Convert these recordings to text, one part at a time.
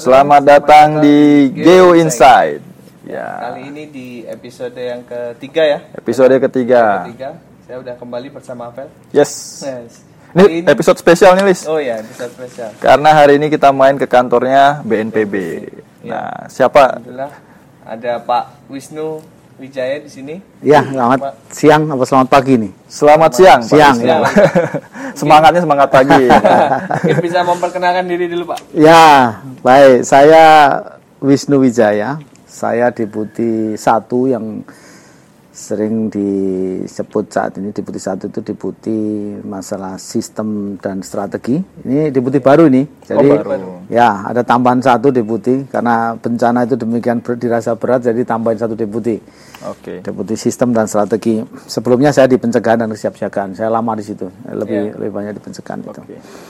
Selamat datang di Geo Insight. Ya. Kali ini di episode yang ketiga ya. Episode ketiga. Saya udah kembali bersama Apel. Yes. Ini episode spesial nih, Lis. Oh ya, episode spesial. Karena hari ini kita main ke kantornya BNPB. Nah, siapa? Alhamdulillah ada Pak Wisnu Wijaya di sini. Ya, selamat siang atau selamat pagi nih. Selamat siang. Siang. Ya. Semangatnya semangat pagi. Mungkin bisa memperkenalkan diri dulu, Pak. Ya, baik. Saya Wisnu Wijaya. Saya Deputi 1 yang sering disebut saat ini. Deputi 1 itu deputi masalah sistem dan strategi. Ini deputi baru ini. Jadi baru. Ya, ada tambahan 1 deputi karena bencana itu demikian dirasa berat, jadi tambahin 1 deputi. Oke. Deputi sistem dan strategi. Sebelumnya saya di pencegahan dan kesiapsiagaan. Saya lama di situ. Lebih banyak di pencegahan itu.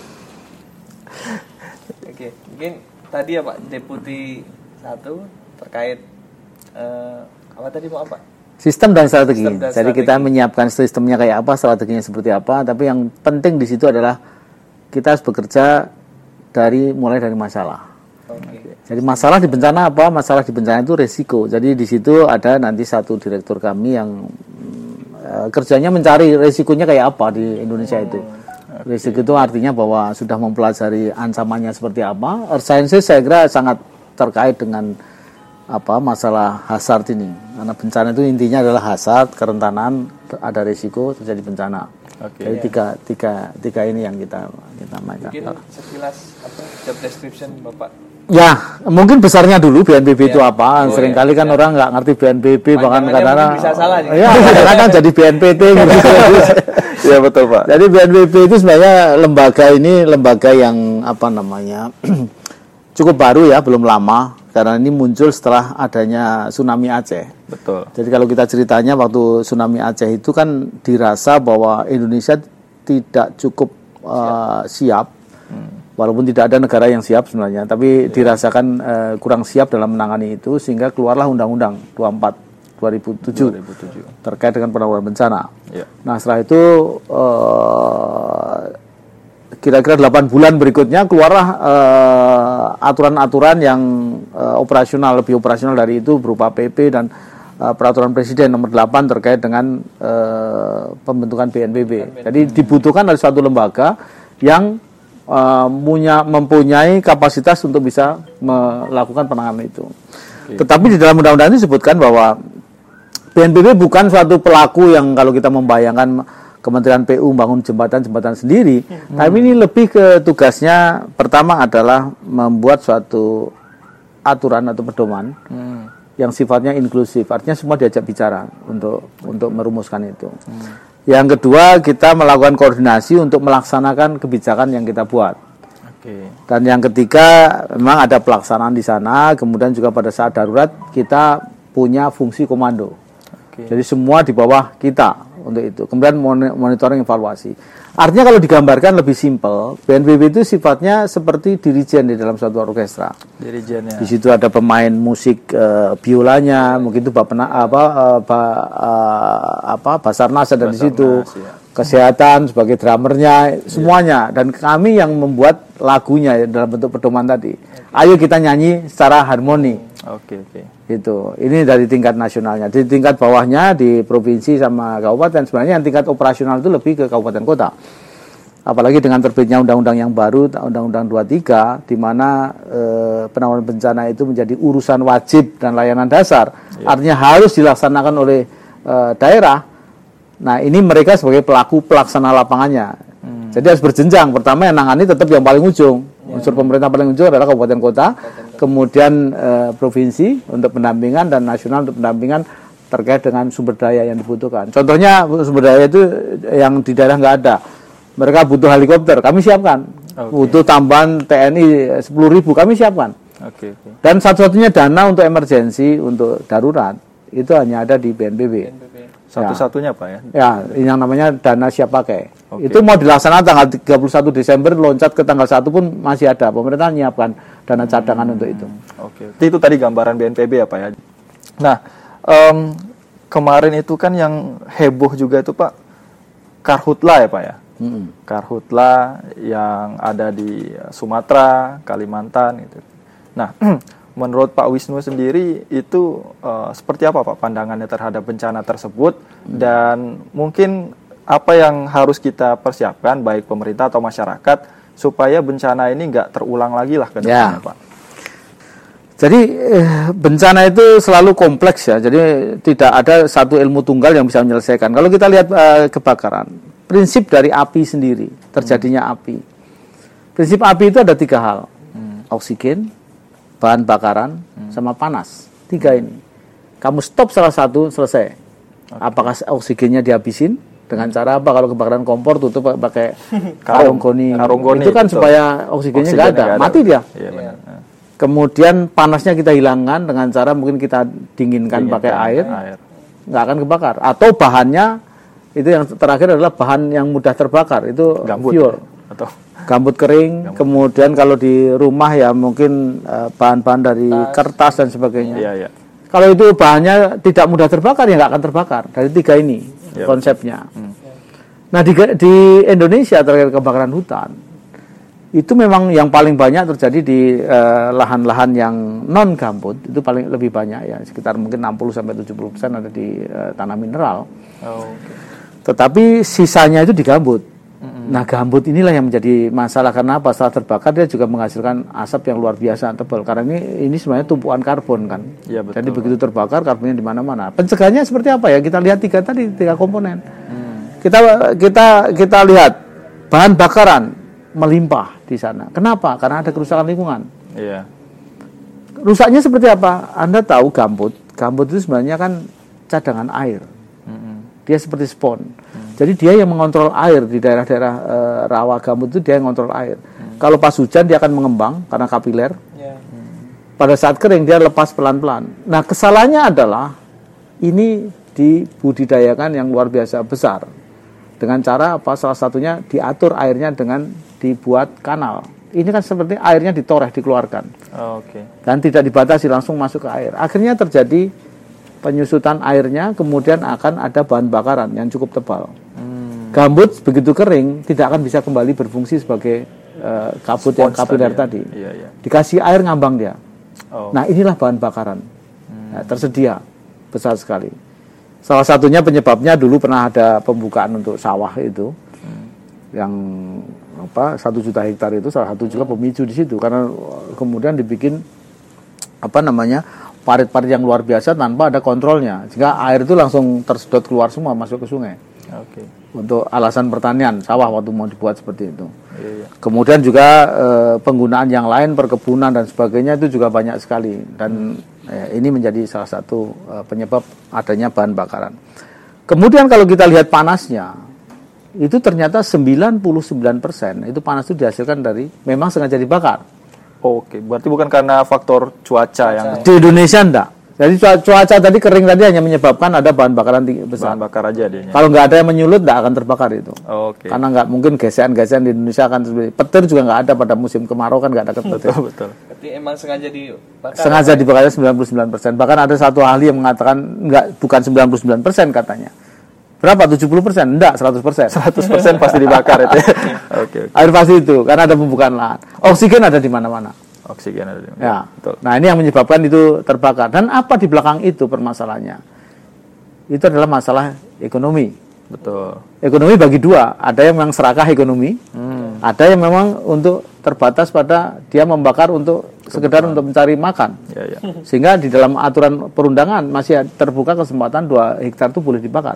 Oke. Mungkin tadi ya Pak Deputi 1 terkait apa tadi mau apa? Sistem dan strategi. Jadi kita menyiapkan sistemnya kayak apa, strateginya seperti apa. Tapi yang penting di situ adalah kita harus bekerja mulai dari masalah. Jadi masalah di bencana apa? Masalah di bencana itu resiko. Jadi di situ ada nanti 1 direktur kami yang kerjanya mencari resikonya kayak apa di Indonesia itu. Resiko itu artinya bahwa sudah mempelajari ancamannya seperti apa. Earth Sciences saya kira sangat terkait dengan masalah hazard ini. Karena bencana itu intinya adalah hazard, kerentanan, ada risiko terjadi bencana. Jadi tiga ini yang kita mainkan. Mungkin sekilas job description Bapak. Ya, mungkin besarnya dulu BNPB itu apa. Seringkali kan orang nggak ngerti BNPB, bahkan kadang-kadang bisa salah. Ya, kadang-kadang jadi BNPT gitu. Ya betul, Pak. Jadi BNPB itu sebenarnya lembaga yang cukup baru ya, belum lama. Karena ini muncul setelah adanya tsunami Aceh. Betul. Jadi kalau kita ceritanya waktu tsunami Aceh itu kan dirasa bahwa Indonesia tidak cukup siap. Walaupun tidak ada negara yang siap sebenarnya, tapi dirasakan kurang siap dalam menangani itu, sehingga keluarlah Undang-Undang 24 2007 terkait dengan penanggulangan bencana. Ya. Nah setelah itu kira-kira 8 bulan berikutnya keluarlah aturan-aturan yang lebih operasional dari itu, berupa PP dan peraturan presiden nomor 8 terkait dengan pembentukan BNPB. Jadi dibutuhkan dari suatu lembaga yang mempunyai kapasitas untuk bisa melakukan penanganan itu. Tetapi di dalam undang-undang itu disebutkan bahwa BNPB bukan suatu pelaku yang kalau kita membayangkan Kementerian PU membangun jembatan sendiri, tapi ini lebih ke tugasnya pertama adalah membuat suatu aturan atau pedoman yang sifatnya inklusif, artinya semua diajak bicara untuk merumuskan itu. Yang kedua, kita melakukan koordinasi untuk melaksanakan kebijakan yang kita buat. Dan yang ketiga, memang ada pelaksanaan di sana, kemudian juga pada saat darurat kita punya fungsi komando. Jadi semua di bawah kita untuk itu. Kemudian monitoring evaluasi. Artinya kalau digambarkan lebih simpel, BNPB itu sifatnya seperti dirijen di dalam suatu orkestra. Dirijennya. Di situ ada pemain musik biolanya, mungkin itu Basarnas ada di situ. Ya. Kesehatan sebagai drummernya, semuanya. Dan kami yang membuat lagunya dalam bentuk pedoman tadi. Ayo kita nyanyi secara harmoni. Itu. Ini dari tingkat nasionalnya. Di tingkat bawahnya di provinsi sama kabupaten, sebenarnya yang tingkat operasional itu lebih ke kabupaten kota. Apalagi dengan terbitnya undang-undang yang baru, Undang-Undang 23, di mana penanggulangan bencana itu menjadi urusan wajib dan layanan dasar. Artinya harus dilaksanakan oleh daerah. Nah, ini mereka sebagai pelaku pelaksana lapangannya. Jadi harus berjenjang. Pertama yang nangani tetap yang paling ujung. Unsur pemerintah paling ujung adalah kabupaten kota, kemudian provinsi untuk pendampingan dan nasional untuk pendampingan terkait dengan sumber daya yang dibutuhkan. Contohnya sumber daya itu yang di daerah nggak ada. Mereka butuh helikopter, kami siapkan. Butuh tambahan TNI 10.000, kami siapkan. Dan satu-satunya dana untuk emergensi, untuk darurat, itu hanya ada di BNPB. Satu-satunya Pak ya? Ya, yang namanya dana siap pakai. Itu mau dilaksanakan tanggal 31 Desember, loncat ke tanggal 1 pun masih ada. Pemerintah menyiapkan dana cadangan untuk itu. Itu tadi gambaran BNPB ya Pak ya. Nah, kemarin itu kan yang heboh juga itu Pak, Karhutla ya Pak ya? Karhutla yang ada di Sumatera, Kalimantan gitu. Nah, menurut Pak Wisnu sendiri itu seperti apa Pak pandangannya terhadap bencana tersebut, dan mungkin apa yang harus kita persiapkan baik pemerintah atau masyarakat supaya bencana ini nggak terulang lagi lah ke depannya, Pak? Jadi bencana itu selalu kompleks ya. Jadi tidak ada satu ilmu tunggal yang bisa menyelesaikan. Kalau kita lihat kebakaran, prinsip dari api sendiri, terjadinya api. Prinsip api itu ada 3 hal. Oksigen, bahan bakaran, sama panas. 3 ini. Kamu stop salah satu, selesai. Apakah oksigennya dihabisin? Dengan cara apa? Kalau kebakaran kompor tutup pakai karung goni. Itu kan betul. Supaya oksigennya nggak ada. Mati dia. Iya, benar. Kemudian panasnya kita hilangkan dengan cara mungkin kita dinginkan pakai air. Nggak akan kebakar. Atau bahannya, itu yang terakhir adalah bahan yang mudah terbakar. Itu gambut, fuel. ya? Atau gambut kering, kemudian kalau di rumah ya mungkin bahan-bahan dari kertas dan sebagainya. Iya. Kalau itu bahannya tidak mudah terbakar ya nggak akan terbakar. Dari 3 ini konsepnya. Nah di Indonesia terkait kebakaran hutan itu memang yang paling banyak terjadi di lahan-lahan yang non gambut, itu paling lebih banyak ya, sekitar mungkin 60-70% ada di tanah mineral. Tetapi sisanya itu di gambut. Nah gambut inilah yang menjadi masalah, karena apa? Setelah terbakar dia juga menghasilkan asap yang luar biasa tebal, karena ini sebenarnya tumpuan karbon kan. Ya, betul. Jadi begitu terbakar karbonnya di mana-mana. Pencegahannya seperti apa ya? Kita lihat 3 komponen. Kita lihat bahan bakaran melimpah di sana. Kenapa? Karena ada kerusakan lingkungan. Iya. Rusaknya seperti apa? Anda tahu gambut itu sebenarnya kan cadangan air. Dia seperti spon. Jadi dia yang mengontrol air di daerah-daerah rawa gambut itu, dia yang mengontrol air. Kalau pas hujan dia akan mengembang karena kapiler. Pada saat kering dia lepas pelan-pelan. Nah kesalahannya adalah ini dibudidayakan yang luar biasa besar. Dengan cara apa? Salah satunya diatur airnya dengan dibuat kanal. Ini kan seperti airnya ditoreh, dikeluarkan. Dan tidak dibatasi, langsung masuk ke air. Akhirnya terjadi penyusutan airnya, kemudian akan ada bahan bakaran yang cukup tebal. Gambut begitu kering tidak akan bisa kembali berfungsi sebagai kabut yang kapiler tadi. Dikasih air ngambang dia. Nah inilah bahan bakaran. Nah, tersedia besar sekali. Salah satunya penyebabnya dulu pernah ada pembukaan untuk sawah itu, yang 1 juta hektar itu salah satu juga pemicu di situ, karena kemudian dibikin parit-parit yang luar biasa tanpa ada kontrolnya, sehingga air itu langsung tersedot keluar semua masuk ke sungai. Untuk alasan pertanian sawah waktu mau dibuat seperti itu. Kemudian juga penggunaan yang lain, perkebunan dan sebagainya itu juga banyak sekali, dan ini menjadi salah satu penyebab adanya bahan bakaran. Kemudian kalau kita lihat panasnya, itu ternyata 99% itu panas itu dihasilkan dari memang sengaja dibakar. Berarti bukan karena faktor cuaca yang di Indonesia enggak. Jadi cuaca tadi kering tadi hanya menyebabkan ada bahan bakaran besar. Bahan bakar aja dia. Kalau nggak ada yang menyulut, nggak akan terbakar itu. Karena nggak mungkin gesekan-gesekan di Indonesia akan seperti petir juga nggak ada pada musim kemarau, kan nggak ada petir. Betul. Berarti emang sengaja dibakar. Sengaja dibakarnya 99%. Bahkan ada satu ahli yang mengatakan bukan 99% katanya. Berapa? 70%? Enggak, 100%. 100% pasti dibakar itu. Air pasti itu, karena ada pembukaan lahan. Oksigen ada di mana-mana. Oksigen ada di mana. Ya. Betul. Nah, ini yang menyebabkan itu terbakar. Dan apa di belakang itu permasalahannya? Itu adalah masalah ekonomi. Betul. Ekonomi bagi 2. Ada yang memang serakah ekonomi. Ada yang memang untuk terbatas pada dia membakar untuk sekedar untuk mencari makan. Sehingga di dalam aturan perundangan masih terbuka kesempatan 2 hektar itu boleh dibakar.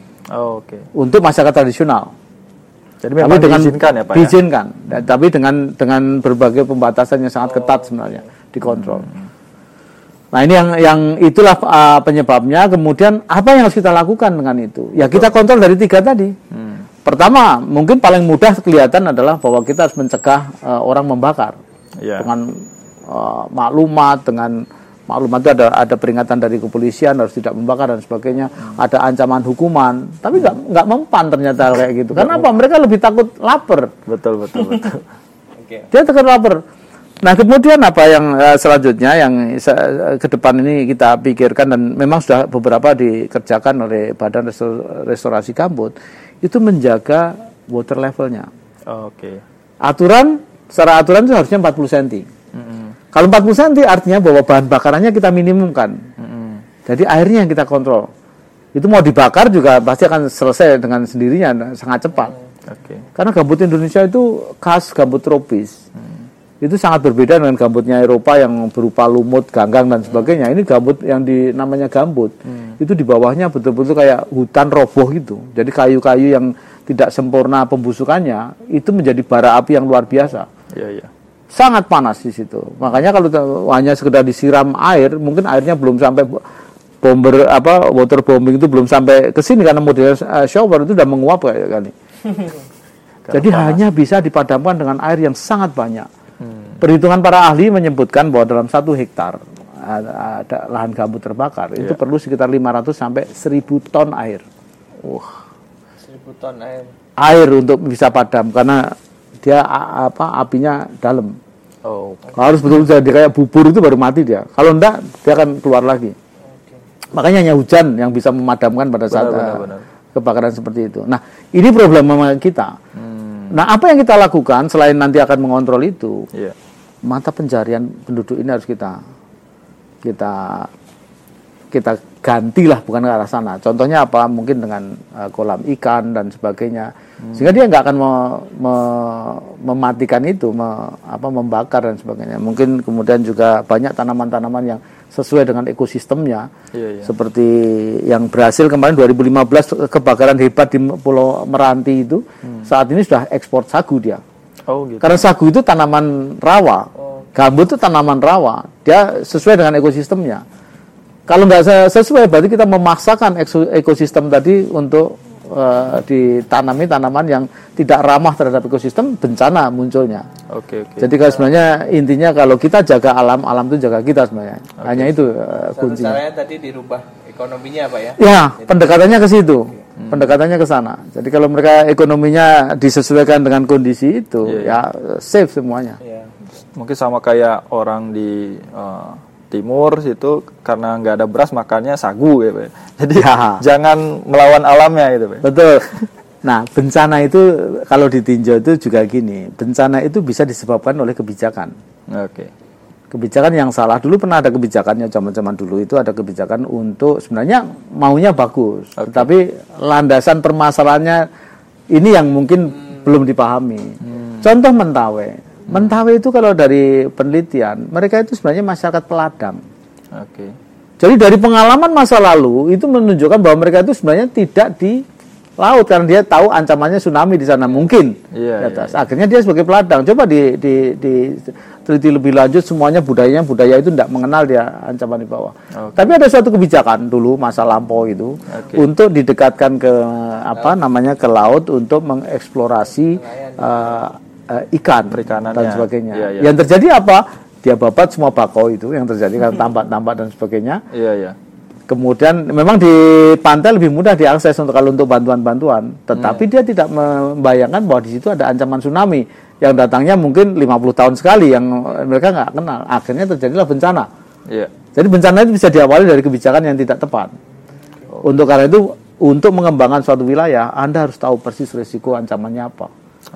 Untuk masyarakat tradisional. Jadi memang diizinkan ya Pak? Diizinkan, tapi dengan berbagai pembatasan yang sangat ketat sebenarnya, dikontrol. Nah ini yang itulah penyebabnya. Kemudian apa yang harus kita lakukan dengan itu? Ya kita kontrol dari 3 tadi. Pertama, mungkin paling mudah kelihatan adalah bahwa kita harus mencegah orang membakar dengan maklumat itu ada peringatan dari kepolisian harus tidak membakar dan sebagainya, ada ancaman hukuman, tapi nggak mempan ternyata kayak gitu. Karena apa? Mereka lebih takut lapar. Betul. Dia takut lapar. Nah kemudian apa yang selanjutnya yang ke depan ini kita pikirkan, dan memang sudah beberapa dikerjakan oleh Badan Restorasi Gambut, itu menjaga water levelnya. Secara aturan itu harusnya 40 cm. Kalau 40 cm artinya bahwa bahan bakarannya kita minimumkan. Jadi airnya yang kita kontrol. Itu mau dibakar juga pasti akan selesai dengan sendirinya, sangat cepat. Karena gambut Indonesia itu khas gambut tropis. Itu sangat berbeda dengan gambutnya Eropa yang berupa lumut, ganggang dan sebagainya. Ini gambut yang namanya gambut. Itu di bawahnya betul-betul kayak hutan roboh gitu. Jadi kayu-kayu yang tidak sempurna pembusukannya itu menjadi bara api yang luar biasa. Sangat panas di situ. Makanya kalau hanya sekedar disiram air, mungkin airnya belum sampai water bombing itu belum sampai ke sini karena model shower itu udah menguap kayak kali. Jadi hanya bisa dipadamkan dengan air yang sangat banyak. Perhitungan para ahli menyebutkan bahwa dalam 1 hektar ada lahan gambut terbakar itu perlu sekitar 500 sampai 1000 ton air. 1000 ton air. Air untuk bisa padam karena dia apinya dalam. Harus betul-betul jadi kayak bubur itu baru mati dia. Kalau enggak dia akan keluar lagi. Makanya hanya hujan yang bisa memadamkan pada saat kebakaran seperti itu. Nah, ini problema kita. Nah, apa yang kita lakukan selain nanti akan mengontrol itu? Mata pencarian penduduk ini harus kita gantilah, bukan ke arah sana. Contohnya apa? Mungkin dengan kolam ikan dan sebagainya. Sehingga dia nggak akan mematikan itu, membakar dan sebagainya. Mungkin kemudian juga banyak tanaman-tanaman yang sesuai dengan ekosistemnya. Seperti yang berhasil kemarin 2015 kebakaran hebat di Pulau Meranti itu, saat ini sudah ekspor sagu dia. Gitu. Karena sagu itu tanaman rawa. Gambut itu tanaman rawa. Dia sesuai dengan ekosistemnya. Kalau nggak sesuai, berarti kita memaksakan ekosistem tadi untuk ditanami tanaman yang tidak ramah terhadap ekosistem, bencana munculnya. Jadi kalau sebenarnya intinya kalau kita jaga alam, alam itu jaga kita sebenarnya. Hanya itu kuncinya. Caranya tadi dirubah ekonominya Pak ya? Ya, pendekatannya ke situ. Pendekatannya ke sana. Jadi kalau mereka ekonominya disesuaikan dengan kondisi itu, ya safe semuanya. Mungkin sama kayak orang di timur situ karena nggak ada beras makannya sagu gitu. Jadi jangan melawan alamnya gitu. Betul. Nah, bencana itu kalau ditinjau itu juga gini, bencana itu bisa disebabkan oleh kebijakan. Kebijakan yang salah. Dulu pernah ada kebijakannya, zaman-zaman dulu itu ada kebijakan untuk sebenarnya maunya bagus, tapi landasan permasalahannya ini yang mungkin belum dipahami. Contoh Mentawai. Mentawai itu kalau dari penelitian, mereka itu sebenarnya masyarakat peladang. Jadi dari pengalaman masa lalu itu menunjukkan bahwa mereka itu sebenarnya tidak di laut karena dia tahu ancamannya tsunami di sana mungkin. Akhirnya dia sebagai peladang. Coba diteliti lebih lanjut semuanya budaya itu tidak mengenal dia ancaman di bawah. Tapi ada suatu kebijakan dulu masa lampau itu untuk didekatkan ke ke laut untuk mengeksplorasi ikan dan sebagainya. Yang terjadi apa? Dia babat semua bakau itu yang terjadi karena tambak-tambak dan sebagainya. Kemudian memang di pantai lebih mudah diakses untuk bantuan-bantuan, tetapi dia tidak membayangkan bahwa di situ ada ancaman tsunami yang datangnya mungkin 50 tahun sekali yang mereka nggak kenal. Akhirnya terjadilah bencana. Jadi bencana itu bisa diawali dari kebijakan yang tidak tepat. Untuk karena itu untuk mengembangkan suatu wilayah, Anda harus tahu persis risiko ancamannya apa.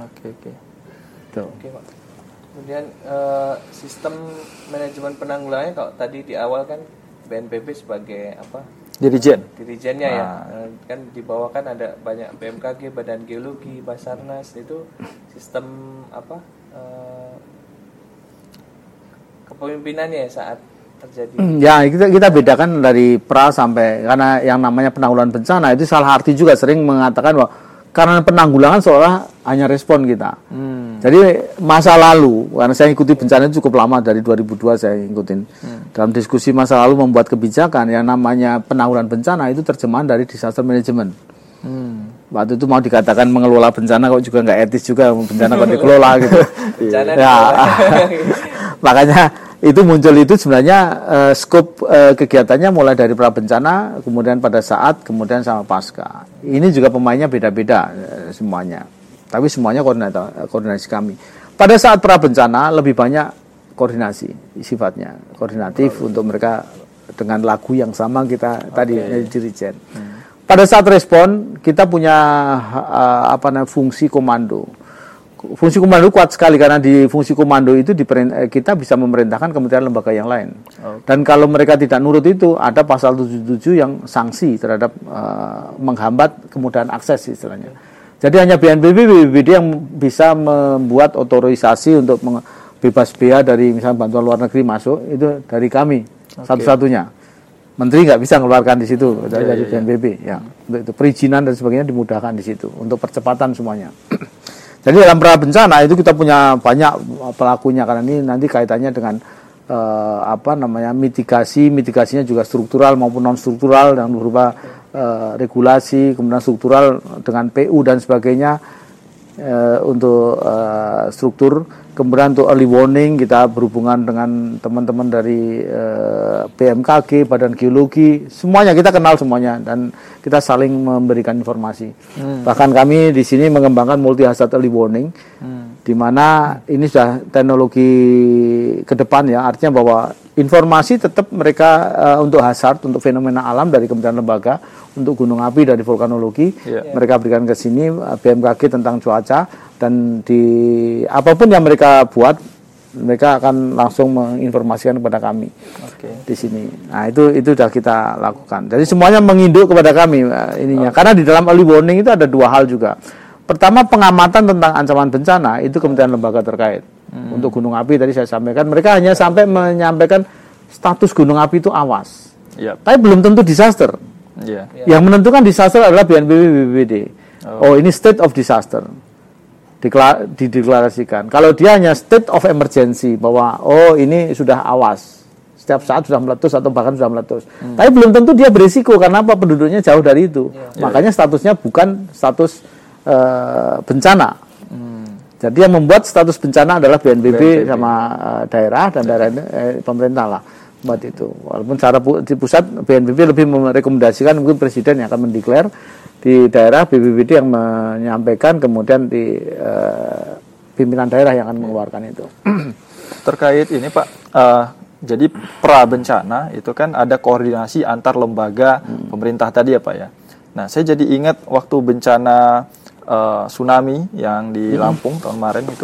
Oke Pak. Kemudian sistem manajemen penanggulangannya kalau tadi di awal kan BNPB sebagai apa? Dirijennya ya. Kan di bawah kan ada banyak BMKG, Badan Geologi, Basarnas itu sistem apa? Kepemimpinannya saat terjadi. Ya, kita bedakan dari pra sampai karena yang namanya penanggulangan bencana itu salah arti juga sering mengatakan bahwa karena penanggulangan seolah hanya respon kita. Jadi masa lalu, karena saya ikuti bencana itu cukup lama dari 2002 saya ikutin. Dalam diskusi masa lalu membuat kebijakan yang namanya penanggulangan bencana itu terjemahan dari disaster management. Waktu itu mau dikatakan mengelola bencana kok juga nggak etis juga bencana kok dikelola gitu. Makanya itu muncul itu sebenarnya skop kegiatannya mulai dari pra bencana, kemudian pada saat, kemudian sama pasca. Ini juga pemainnya beda-beda semuanya. Tapi semuanya koordinasi kami. Pada saat pra bencana lebih banyak koordinasi sifatnya, koordinatif untuk mereka dengan lagu yang sama kita tadi dirijen. Pada saat respon kita punya fungsi komando fungsi komando kuat sekali karena di fungsi komando itu kita bisa memerintahkan kementerian lembaga yang lain. Dan kalau mereka tidak nurut itu ada pasal 77 yang sanksi terhadap menghambat kemudahan akses istilahnya. Jadi hanya BNPB, BPBD yang bisa membuat otorisasi untuk bebas bea dari misalnya bantuan luar negeri masuk itu dari kami satu-satunya. Menteri nggak bisa mengeluarkan di situ dari BNPB ya. Untuk itu perizinan dan sebagainya dimudahkan di situ untuk percepatan semuanya. Jadi dalam pra bencana itu kita punya banyak pelakunya karena ini nanti kaitannya dengan mitigasinya juga struktural maupun non struktural dan berupa regulasi, kemudian struktural dengan PU dan sebagainya untuk struktur. Kemudian untuk early warning kita berhubungan dengan teman-teman dari BMKG, Badan Geologi, semuanya kita kenal semuanya dan kita saling memberikan informasi. Bahkan kami di sini mengembangkan multi hazard early warning, di mana ini sudah teknologi ke depan ya, artinya bahwa informasi tetap mereka untuk hazard, untuk fenomena alam dari kementerian lembaga, untuk gunung api dari vulkanologi, mereka berikan ke sini BMKG tentang cuaca. Dan di apapun yang mereka buat, mereka akan langsung menginformasikan kepada kami di sini. Nah itu sudah kita lakukan. Jadi semuanya menginduk kepada kami ininya. Karena di dalam early warning itu ada dua hal juga. Pertama pengamatan tentang ancaman bencana itu kementerian lembaga terkait. Untuk gunung api tadi saya sampaikan, mereka hanya sampai menyampaikan status gunung api itu awas. Tapi belum tentu disaster. Yang menentukan disaster adalah BNPB, BPBD. Oh ini state of disaster. Dideklarasikan. Kalau dia hanya state of emergency bahwa ini sudah awas, setiap saat sudah meletus atau bahkan sudah meletus. Tapi belum tentu dia berisiko karena apa, penduduknya jauh dari itu. Makanya statusnya bukan status bencana. Jadi yang membuat status bencana adalah BNPB sama daerah dan daerah pemerintah lah buat itu. Walaupun secara di pusat BNPB lebih merekomendasikan, mungkin presiden yang akan mendeklar, di daerah BPBD yang menyampaikan, kemudian di pimpinan daerah yang akan mengeluarkan itu. Terkait ini Pak, jadi pra bencana itu kan ada koordinasi antar lembaga pemerintah tadi ya Pak ya. Nah saya jadi ingat waktu bencana tsunami yang di Lampung tahun kemarin itu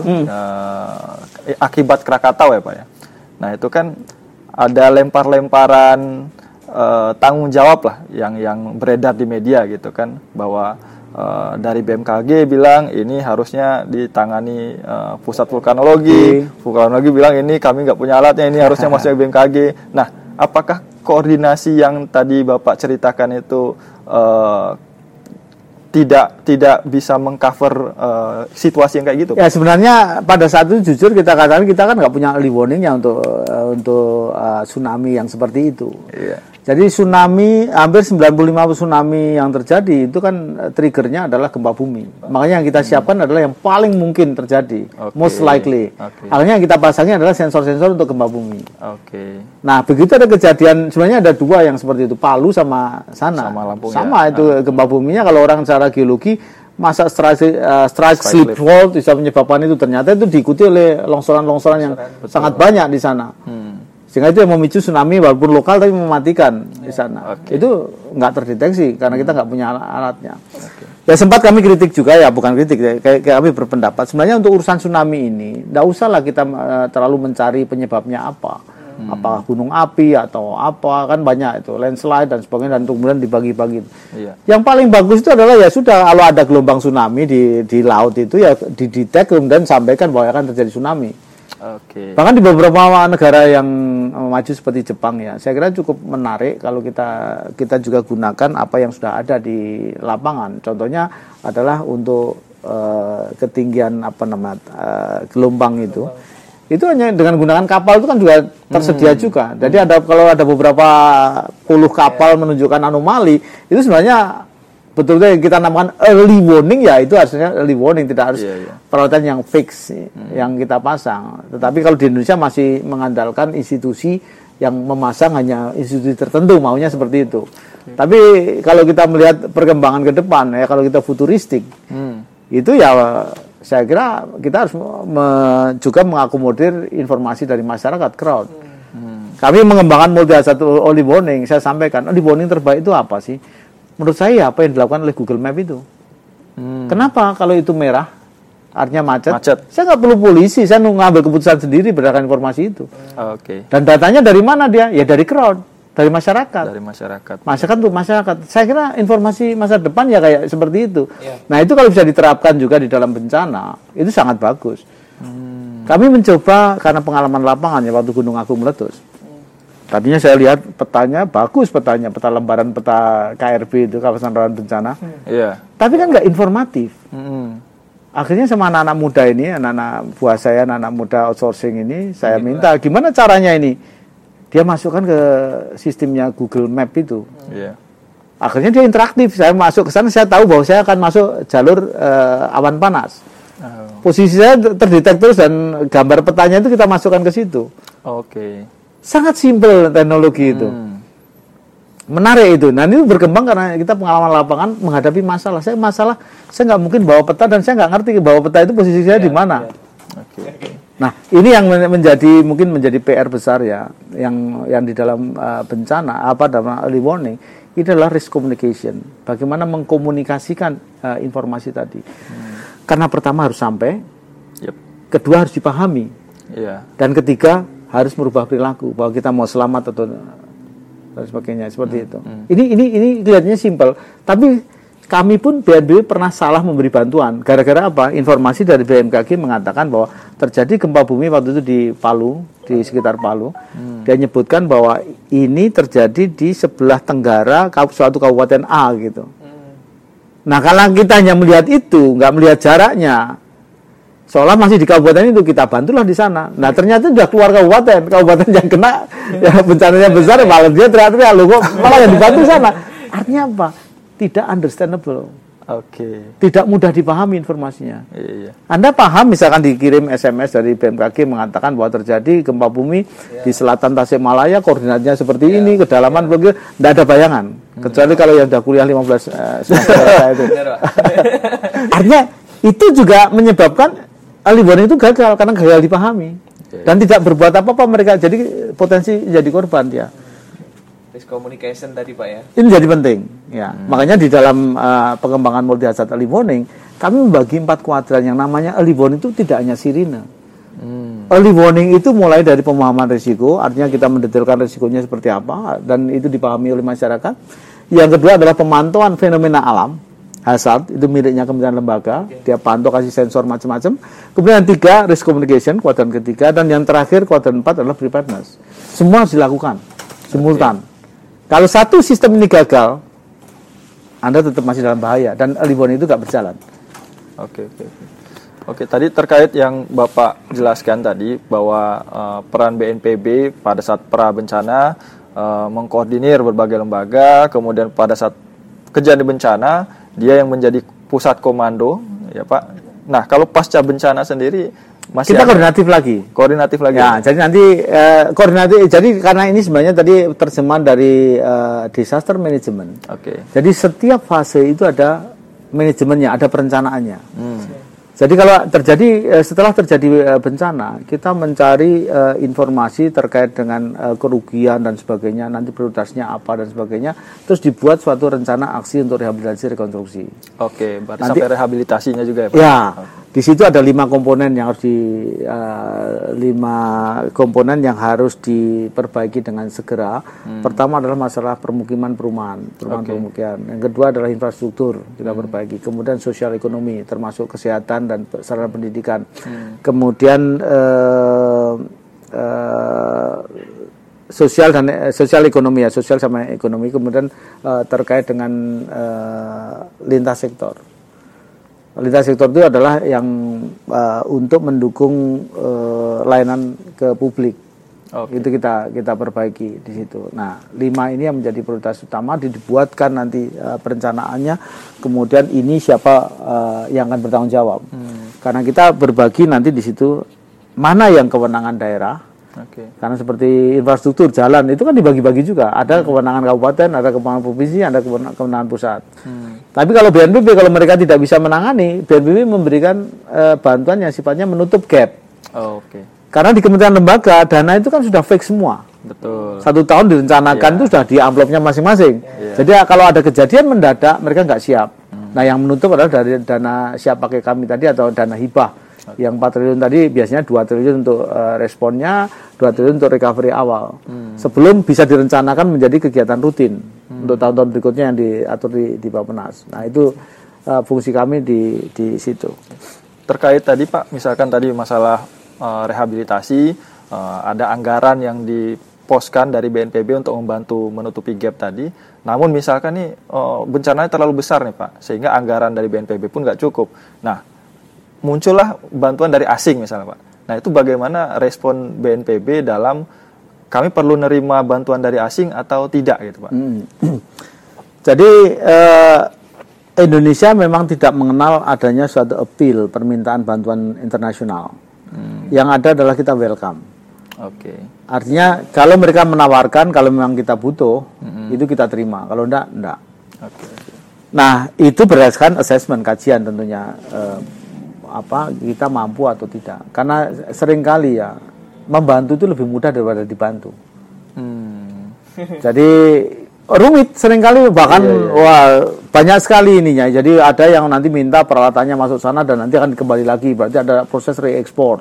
akibat Krakatau ya Pak ya. Nah itu kan ada lempar-lemparan tanggung jawab lah yang beredar di media gitu kan, bahwa dari BMKG bilang ini harusnya ditangani pusat vulkanologi bilang ini kami nggak punya alatnya, ini harusnya masuk BMKG. Nah apakah koordinasi yang tadi Bapak ceritakan itu tidak bisa mengcover situasi yang kayak gitu? Ya sebenarnya pada saat itu jujur kita katakan kita kan nggak punya early warningnya untuk tsunami yang seperti itu. Jadi tsunami, hampir 95 tsunami yang terjadi itu kan triggernya adalah gempa bumi. Makanya yang kita siapkan adalah yang paling mungkin terjadi, most likely. Akhirnya yang kita pasangnya adalah sensor-sensor untuk gempa bumi. Nah begitu ada kejadian, sebenarnya ada dua yang seperti itu, Palu sama sana. Sama itu gempa buminya kalau orang secara geologi masa strike slip fault bisa menyebabkan itu, ternyata itu diikuti oleh longsoran-longsoran yang sangat banyak di sana. Sehingga itu yang memicu tsunami walaupun lokal tapi mematikan di sana. Itu nggak terdeteksi karena kita nggak punya alatnya. Ya sempat kami kritik juga ya, bukan kritik ya, kayak kami berpendapat sebenarnya untuk urusan tsunami ini nggak usahlah kita terlalu mencari penyebabnya apa. Apakah gunung api atau apa, kan banyak itu landslide dan sebagainya, dan kemudian dibagi-bagi. Yang paling bagus itu adalah ya sudah kalau ada gelombang tsunami di laut itu ya didetek kemudian sampaikan bahwa akan terjadi tsunami. Bahkan di beberapa negara yang maju seperti Jepang ya, saya kira cukup menarik kalau kita juga gunakan apa yang sudah ada di lapangan. Contohnya adalah untuk ketinggian gelombang itu hanya dengan gunakan kapal itu kan juga tersedia juga. Jadi kalau ada beberapa puluh kapal menunjukkan anomali, itu sebenarnya betul-betul yang kita namakan early warning ya, itu harusnya early warning, tidak harus peralatan yang fix yang kita pasang. Tetapi kalau di Indonesia masih mengandalkan institusi yang memasang hanya institusi tertentu, maunya seperti itu. Tapi kalau kita melihat perkembangan ke depan ya, kalau kita futuristik, itu ya saya kira kita harus juga mengakomodir informasi dari masyarakat, crowd. Kami mengembangkan multi hazard early warning. Saya sampaikan, early warning terbaik itu apa sih? Menurut saya apa yang dilakukan oleh Google Map itu. Kenapa kalau itu merah artinya macet. Saya nggak perlu polisi, saya ngambil keputusan sendiri berdasarkan informasi itu. Dan datanya dari mana dia? Ya dari crowd, dari masyarakat. Masyarakat untuk masyarakat. Saya kira informasi masa depan ya kayak seperti itu. Nah itu kalau bisa diterapkan juga di dalam bencana, itu sangat bagus. Kami mencoba karena pengalaman lapangan ya waktu Gunung Agung meletus. Tadinya saya lihat petanya bagus, peta lembaran peta KRB itu kawasan rawan bencana. Tapi kan nggak informatif. Akhirnya sama anak-anak muda ini, anak-anak buah saya, anak-anak muda outsourcing ini, saya minta gimana caranya ini. Dia masukkan ke sistemnya Google Map itu. Akhirnya dia interaktif. Saya masuk ke sana, saya tahu bahwa saya akan masuk jalur awan panas. Posisi saya terdetek terus dan gambar petanya itu kita masukkan ke situ. Sangat simpel teknologi itu. Menarik itu. Nah ini berkembang karena kita pengalaman lapangan menghadapi masalah. Saya nggak mungkin bawa peta dan saya nggak ngerti bahwa peta itu posisi saya di mana. Nah ini yang mungkin menjadi PR besar ya, yang di dalam bencana dalam early warning, itu adalah risk communication. Bagaimana mengkomunikasikan informasi tadi. Karena pertama harus sampai, kedua harus dipahami, dan ketiga harus merubah perilaku bahwa kita mau selamat atau dan sebagainya seperti itu. Ini kelihatannya simpel, tapi kami pun BNPB pernah salah memberi bantuan. Gara-gara apa? Informasi dari BMKG mengatakan bahwa terjadi gempa bumi waktu itu di Palu, di sekitar Palu. Dia nyebutkan bahwa ini terjadi di sebelah tenggara suatu kabupaten A gitu. Nah kalau kita hanya melihat itu, nggak melihat jaraknya, seolah masih di kabupaten itu, kita bantulah di sana. Nah ternyata sudah keluar kabupaten yang kena ya bencananya besar, malah dia teriak-teriak, loh kok malah yang dibantu sana. Artinya apa? Tidak understandable. Tidak mudah dipahami informasinya. Anda paham misalkan dikirim SMS dari BMKG mengatakan bahwa terjadi gempa bumi di selatan Tasikmalaya, koordinatnya seperti ini, kedalaman begitu, tidak ada bayangan. Kecuali kalau yang sudah kuliah 15 semester itu. Artinya itu juga menyebabkan early warning itu gagal karena gagal dipahami dan tidak berbuat apa-apa mereka, jadi potensi jadi korban ya. Risk communication tadi Pak ya. Ini jadi penting ya. Makanya di dalam pengembangan multi hazard early warning kami membagi 4 kuadran. Yang namanya early warning itu tidak hanya sirine. Early warning itu mulai dari pemahaman risiko, artinya kita mendetailkan risikonya seperti apa dan itu dipahami oleh masyarakat. Yang kedua adalah pemantauan fenomena alam. Hazard itu miliknya kementerian lembaga, dia pantau kasih sensor macam-macam. Kemudian 3 risk communication kuadran ketiga, dan yang terakhir kuadran 4 adalah preparedness. Semua harus dilakukan simultan. Kalau satu sistem ini gagal, Anda tetap masih dalam bahaya dan early warning itu nggak berjalan. Oke, tadi terkait yang Bapak jelaskan tadi bahwa peran BNPB pada saat pra bencana mengkoordinir berbagai lembaga, kemudian pada saat kejadian bencana dia yang menjadi pusat komando, ya Pak. Nah, kalau pasca bencana sendiri masih kita koordinatif lagi. Ya, jadi nanti koordinatif. Jadi karena ini sebenarnya tadi terjemahan dari disaster management. Jadi setiap fase itu ada manajemennya, ada perencanaannya. Jadi kalau setelah terjadi bencana, kita mencari informasi terkait dengan kerugian dan sebagainya, nanti prioritasnya apa dan sebagainya, terus dibuat suatu rencana aksi untuk rehabilitasi rekonstruksi. Berarti nanti, sampai rehabilitasinya juga ya Pak? Ya, di situ ada 5 komponen yang harus 5 komponen yang harus diperbaiki dengan segera. Pertama adalah masalah pemukiman perumahan. Yang kedua adalah infrastruktur kita perbaiki. Kemudian sosial ekonomi termasuk kesehatan dan sarana pendidikan. Kemudian sosial ekonomi ya, sosial sama ekonomi. Kemudian terkait dengan lintas sektor. Lintas sektor itu adalah yang untuk mendukung layanan ke publik. Itu kita perbaiki di situ. Nah, 5 ini yang menjadi prioritas utama, dibuatkan nanti perencanaannya. Kemudian ini siapa yang akan bertanggung jawab. Karena kita berbagi nanti di situ mana yang kewenangan daerah. Karena seperti infrastruktur jalan itu kan dibagi-bagi juga. Ada kewenangan kabupaten, ada kewenangan provinsi, ada kewenangan pusat. Tapi kalau BNPB, kalau mereka tidak bisa menangani, BNPB memberikan bantuan yang sifatnya menutup gap. Karena di kementerian lembaga dana itu kan sudah fix semua. 1 tahun direncanakan itu sudah di amplopnya masing-masing. Jadi kalau ada kejadian mendadak mereka nggak siap. Nah, yang menutup adalah dari dana siap pakai kami tadi atau dana hibah. Yang 4 triliun tadi biasanya 2 triliun untuk responnya, 2 triliun untuk recovery awal. Sebelum bisa direncanakan menjadi kegiatan rutin untuk tahun-tahun berikutnya yang diatur di Bappenas. Nah, itu fungsi kami di situ. Terkait tadi Pak, misalkan tadi masalah rehabilitasi, ada anggaran yang diposkan dari BNPB untuk membantu menutupi gap tadi. Namun misalkan nih bencananya terlalu besar nih Pak, sehingga anggaran dari BNPB pun nggak cukup. Nah, muncullah bantuan dari asing misalnya Pak. Nah, itu bagaimana respon BNPB dalam kami perlu nerima bantuan dari asing atau tidak gitu Pak? Jadi Indonesia memang tidak mengenal adanya suatu appeal permintaan bantuan internasional. Yang ada adalah kita welcome. Oke. Artinya kalau mereka menawarkan, kalau memang kita butuh, itu kita terima. Kalau enggak. Oke. Nah, itu berdasarkan assessment, kajian tentunya. Kita mampu atau tidak. Karena seringkali ya membantu itu lebih mudah daripada dibantu. Jadi rumit seringkali, bahkan wah banyak sekali ininya. Jadi ada yang nanti minta peralatannya masuk sana dan nanti akan kembali lagi, berarti ada proses re-export.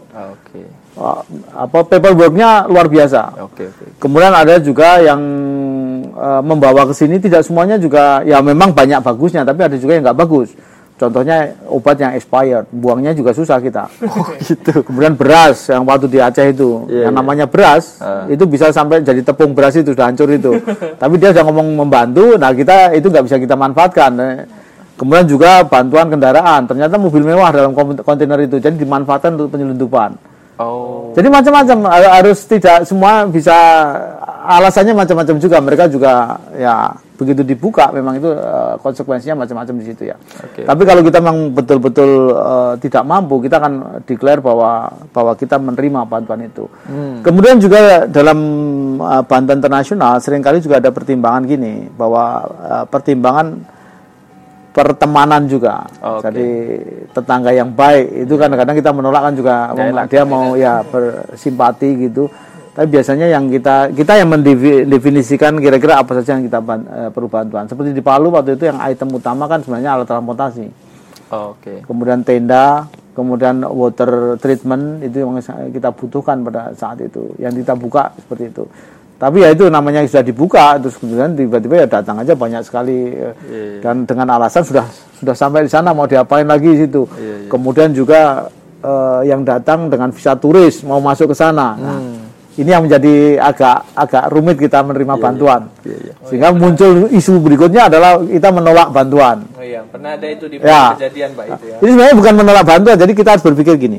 Paperworknya luar biasa. Kemudian ada juga yang membawa ke sini, tidak semuanya juga ya memang banyak bagusnya, tapi ada juga yang nggak bagus. Contohnya obat yang expired, buangnya juga susah kita. Gitu. Kemudian beras yang waktu di Aceh itu, yang namanya beras, itu bisa sampai jadi tepung beras itu sudah hancur itu. Tapi dia sudah ngomong membantu, nah kita itu nggak bisa kita manfaatkan. Kemudian juga bantuan kendaraan, ternyata mobil mewah dalam kontainer itu, jadi dimanfaatkan untuk penyelundupan. Jadi macam-macam, harus tidak semua bisa, alasannya macam-macam juga. Mereka juga ya begitu dibuka memang itu konsekuensinya macam-macam di situ ya. Tapi kalau kita memang betul-betul tidak mampu, kita akan declare bahwa kita menerima bantuan itu. Kemudian juga dalam bantuan internasional seringkali juga ada pertimbangan gini, bahwa pertimbangan pertemanan juga. Jadi tetangga yang baik itu kadang-kadang kita menolak kan juga, dia mau ya bersimpati gitu. Tapi biasanya yang kita yang mendefinisikan kira-kira apa saja yang kita perlu bantuan. Seperti di Palu waktu itu yang item utama kan sebenarnya alat transportasi. Kemudian tenda, kemudian water treatment, itu yang kita butuhkan pada saat itu. Yang kita buka seperti itu. Tapi ya itu namanya sudah dibuka, terus kemudian tiba-tiba ya datang aja banyak sekali, dan dengan alasan sudah sampai di sana mau diapain lagi situ. Kemudian juga yang datang dengan visa turis mau masuk ke sana. Nah, ini yang menjadi agak rumit kita menerima bantuan. Sehingga muncul isu berikutnya adalah kita menolak bantuan. Pernah ada itu di kejadian Pak itu ya. Ini sebenarnya bukan menolak bantuan, jadi kita harus berpikir gini.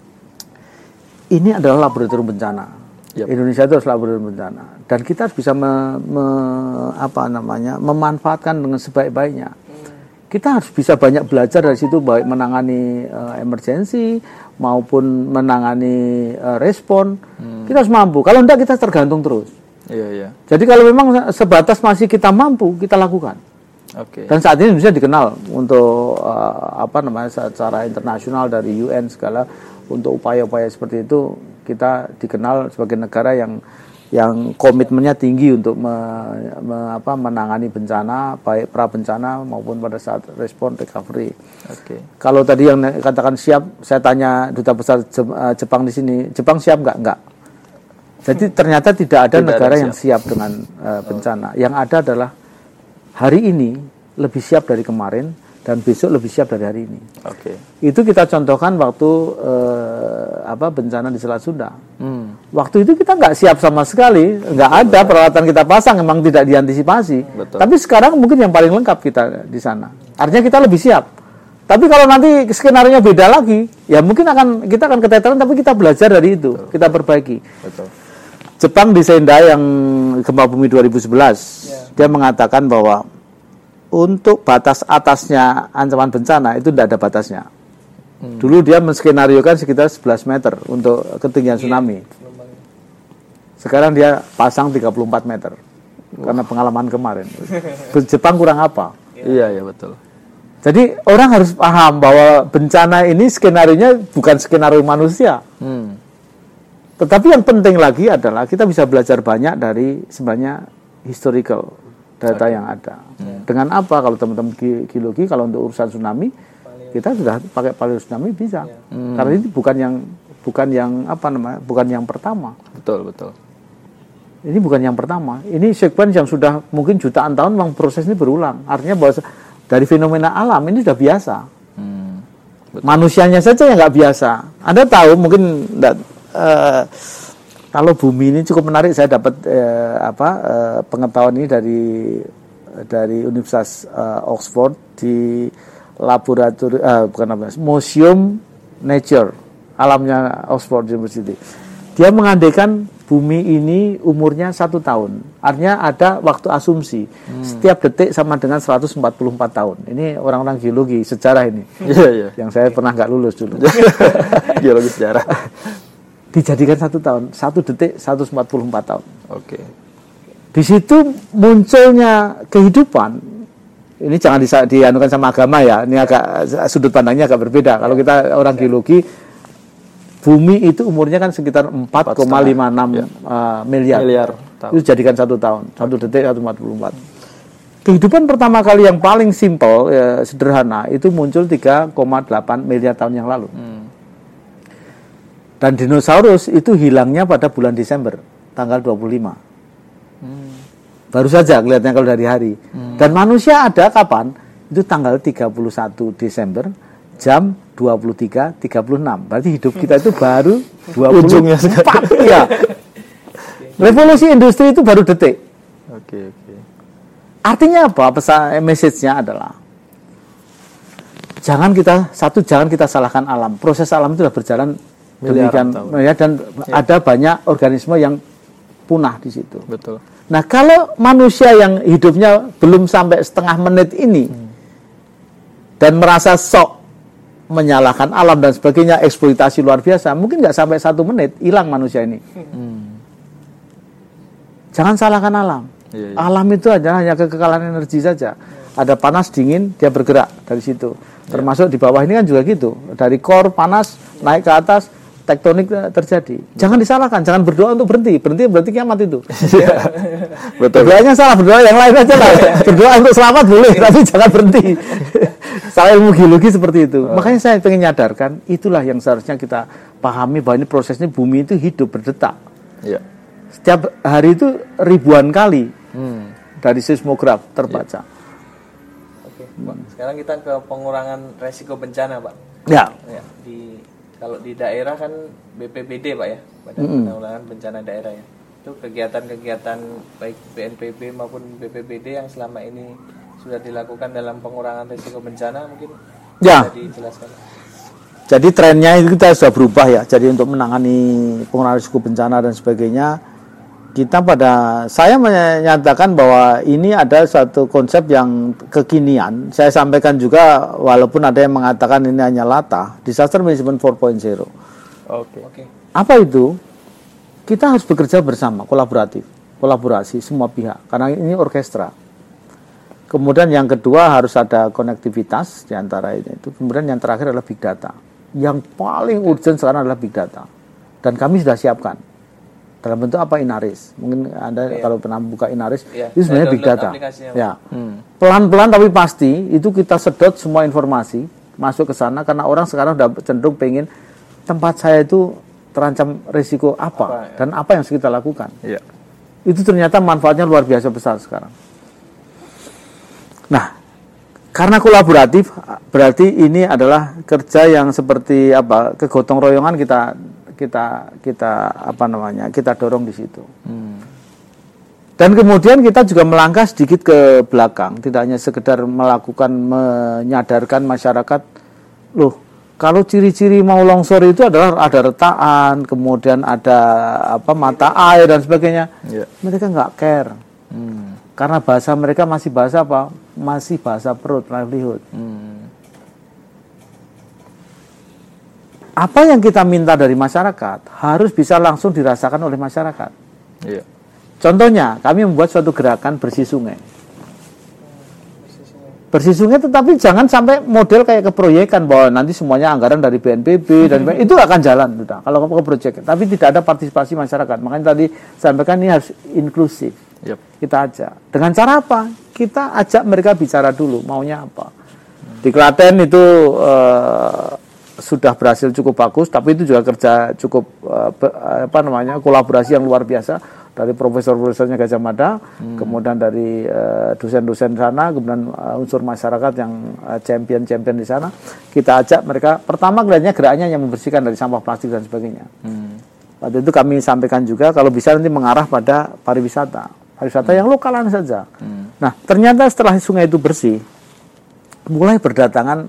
Ini adalah laboratorium bencana. Indonesia itu adalah laboratorium bencana, dan kita harus bisa memanfaatkan dengan sebaik-baiknya. Kita harus bisa banyak belajar dari situ, baik menangani emergensi maupun menangani respon. Kita harus mampu. Kalau enggak kita tergantung terus. Jadi kalau memang sebatas masih kita mampu, kita lakukan. Dan saat ini Indonesia dikenal untuk secara internasional dari UN segala untuk upaya-upaya seperti itu. Kita dikenal sebagai negara yang komitmennya tinggi untuk menangani bencana, baik pra bencana maupun pada saat respon recovery. Kalau tadi yang katakan siap, saya tanya Duta Besar Jepang di sini, Jepang siap nggak? Nggak. Jadi ternyata tidak ada negara yang siap dengan bencana. Yang ada adalah hari ini lebih siap dari kemarin, dan besok lebih siap dari hari ini. Itu kita contohkan waktu bencana di Selat Sunda. Waktu itu kita nggak siap sama sekali, nggak ada peralatan kita pasang, memang tidak diantisipasi. Tapi sekarang mungkin yang paling lengkap kita di sana. Artinya kita lebih siap. Tapi kalau nanti skenario nya beda lagi, ya mungkin kita akan keteteran, tapi kita belajar dari itu, kita perbaiki. Jepang di Sendai yang gempa bumi 2011, dia mengatakan bahwa untuk batas atasnya ancaman bencana itu tidak ada batasnya. Dulu dia menskenariokan sekitar 11 meter untuk ketinggian tsunami. Sekarang dia pasang 34 meter. Karena pengalaman kemarin. Jepang kurang apa? Iya betul. Jadi orang harus paham bahwa bencana ini skenarionya bukan skenario manusia. Tetapi yang penting lagi adalah kita bisa belajar banyak dari sebenarnya historical data yang ada. Dengan apa? Kalau teman-teman geologi, kalau untuk urusan tsunami, kita sudah pakai paleo tsunami bisa. Karena ini bukan yang pertama. Betul. Ini bukan yang pertama. Ini sequence yang sudah mungkin jutaan tahun memang proses ini berulang. Artinya bahwa dari fenomena alam ini sudah biasa. Manusianya saja yang nggak biasa. Anda tahu mungkin kalau bumi ini cukup menarik. Saya dapat pengetahuan ini dari Universitas Oxford di laboratorium Museum Nature alamnya Oxford University. Dia mengandaikan bumi ini umurnya 1 tahun. Artinya ada waktu asumsi. Setiap detik sama dengan 144 tahun. Ini orang-orang geologi sejarah ini. Iya. Yang saya pernah nggak lulus dulu. Geologi sejarah. Dijadikan 1 tahun. 1 detik 144 tahun. Oke. Di situ munculnya kehidupan. Ini jangan dianukan sama agama ya. Ini agak sudut pandangnya agak berbeda. Kalau kita orang geologi, bumi itu umurnya kan sekitar 4,56 miliar tahun. Itu jadikan 1 tahun, 1 detik 144. Kehidupan pertama kali yang paling simpel, sederhana, itu muncul 3,8 miliar tahun yang lalu. Dan dinosaurus itu hilangnya pada bulan Desember, tanggal 25. Baru saja kelihatannya kalau dari hari. Dan manusia ada kapan? Itu tanggal 31 Desember, jam 23.36. Berarti hidup kita itu baru 24 ya. Revolusi industri itu baru detik. Oke. Artinya apa? Pesan message-nya adalah jangan kita salahkan alam. Proses alam itu sudah berjalan demikian ya, dan ada banyak organisme yang punah di situ. Betul. Nah, kalau manusia yang hidupnya belum sampai setengah menit ini dan merasa sok menyalahkan alam dan sebagainya, eksploitasi luar biasa, mungkin nggak sampai 1 menit hilang manusia ini. Jangan salahkan alam. Alam itu hanya kekekalan energi saja. Ada panas dingin, dia bergerak dari situ. Termasuk di bawah ini kan juga gitu. Dari core panas naik ke atas, tektonik terjadi. Jangan disalahkan, jangan berdoa untuk berhenti berarti kiamat itu. Betul. Berdoanya salah, berdoa yang lain aja lah. Berdoa untuk selamat boleh, tapi jangan berhenti. Salah ilmu geologi seperti itu. Makanya saya ingin nyadarkan, itulah yang seharusnya kita pahami bahwa ini prosesnya bumi itu hidup berdetak. Iya. Setiap hari itu ribuan kali dari seismograf terbaca. Oke, Pak. Sekarang kita ke pengurangan resiko bencana, Pak. Ya. Kalau di daerah kan BPBD, Pak ya, Badan Penanggulangan Bencana Daerah ya. Itu kegiatan-kegiatan baik BNPB maupun BPBD yang selama ini sudah dilakukan dalam pengurangan risiko bencana mungkin bisa dijelaskan. Jadi trennya itu kita sudah berubah ya. Jadi untuk menangani pengurangan risiko bencana dan sebagainya, saya menyatakan bahwa ini ada suatu konsep yang kekinian. Saya sampaikan juga walaupun ada yang mengatakan ini hanya latah, disaster management 4.0. Oke. Apa itu? Kita harus bekerja bersama, kolaborasi semua pihak karena ini orkestra. Kemudian yang kedua harus ada konektivitas di antara itu. Kemudian yang terakhir adalah big data. Yang paling urgent sekarang adalah big data. Dan kami sudah siapkan. Dalam bentuk apa? Inaris. Mungkin Anda kalau pernah buka Inaris, itu sebenarnya big data. Ya. Pelan-pelan tapi pasti itu kita sedot semua informasi masuk ke sana karena orang sekarang sudah cenderung pengen tempat saya itu terancam risiko apa dan apa yang harus kita lakukan. Ya. Itu ternyata manfaatnya luar biasa besar sekarang. Nah, karena kolaboratif berarti ini adalah kerja yang seperti kegotong royongan kita dorong di situ. Dan kemudian kita juga melangkah sedikit ke belakang, tidak hanya sekedar menyadarkan masyarakat, kalau ciri-ciri mau longsor itu adalah ada retakan, kemudian ada mata air dan sebagainya. Mereka nggak care. Karena bahasa mereka masih bahasa apa? Masih bahasa perut, livelihood. Apa yang kita minta dari masyarakat harus bisa langsung dirasakan oleh masyarakat. Contohnya, kami membuat suatu gerakan bersih sungai. bersih sungai, tetapi jangan sampai model kayak keproyekan bahwa nanti semuanya anggaran dari BNPB dan itu akan jalan sudah kalau ke proyek, tapi tidak ada partisipasi masyarakat. Makanya tadi sampaikan ini harus inklusif. Kita ajak dengan cara apa? Kita ajak mereka bicara dulu maunya apa. Di Klaten itu sudah berhasil cukup bagus, tapi itu juga kerja cukup kolaborasi yang luar biasa dari profesor-profesornya Gajah Mada, kemudian dari dosen-dosen sana, kemudian unsur masyarakat yang champion-champion di sana. Kita ajak mereka, pertama kelihatannya gerakannya yang membersihkan dari sampah plastik dan sebagainya. Waktu itu kami sampaikan juga kalau bisa nanti mengarah pada pariwisata yang lokalan saja. Nah, ternyata setelah sungai itu bersih, mulai berdatangan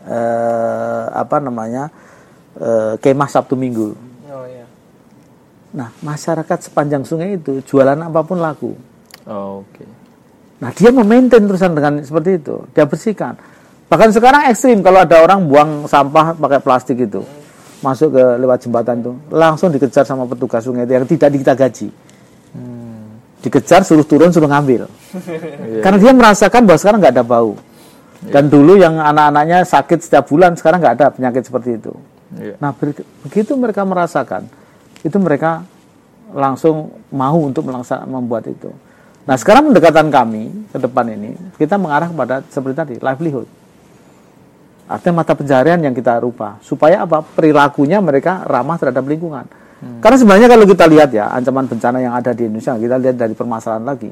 kemah Sabtu Minggu. Nah, masyarakat sepanjang sungai itu jualan apapun laku. Nah, dia memaintain terusan dengan seperti itu. Dia bersihkan. Bahkan sekarang ekstrim kalau ada orang buang sampah pakai plastik itu, masuk ke lewat jembatan itu, langsung dikejar sama petugas sungai itu yang tidak kita gaji. Dikejar, suruh turun, suruh ngambil. Karena dia merasakan bahwa sekarang nggak ada bau. Dan dulu yang anak-anaknya sakit setiap bulan, sekarang nggak ada penyakit seperti itu. Nah, begitu mereka merasakan, itu mereka langsung mau untuk membuat itu. Nah, sekarang pendekatan kami ke depan ini, kita mengarah kepada seperti tadi, livelihood. Artinya mata pencaharian yang kita rubah. Supaya apa? Perilakunya mereka ramah terhadap lingkungan. Karena sebenarnya kalau kita lihat ya, ancaman bencana yang ada di Indonesia, kita lihat dari permasalahan lagi.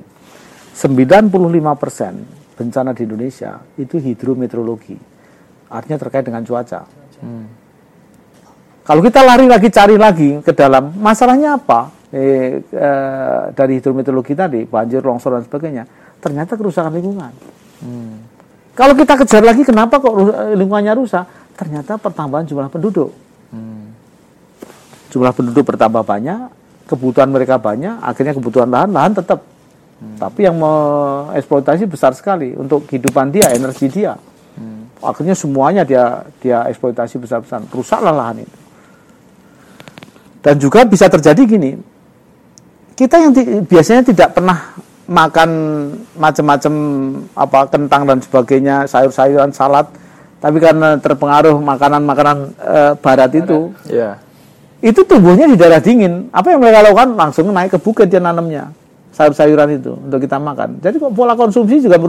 95% bencana di Indonesia itu hidrometeorologi. Artinya terkait dengan cuaca. Kalau kita lari lagi, cari lagi ke dalam, masalahnya apa? Dari hidrometeorologi tadi, banjir, longsor, dan sebagainya, ternyata kerusakan lingkungan. Kalau kita kejar lagi, kenapa kok lingkungannya rusak? Ternyata pertambahan jumlah penduduk. Jumlah penduduk bertambah banyak, kebutuhan mereka banyak, akhirnya kebutuhan lahan tetap. Tapi yang mengeksploitasi besar sekali untuk kehidupan dia, energi dia. Akhirnya semuanya dia eksploitasi besar-besaran, rusaklah lahan itu. Dan juga bisa terjadi gini, kita yang biasanya tidak pernah makan macam-macam kentang dan sebagainya, sayur-sayuran, salad, tapi karena terpengaruh makanan-makanan barat itu, itu tumbuhnya di daerah dingin. Apa yang mereka lakukan? Langsung naik ke bukit dia nanamnya sayur-sayuran itu untuk kita makan. Jadi pola konsumsi juga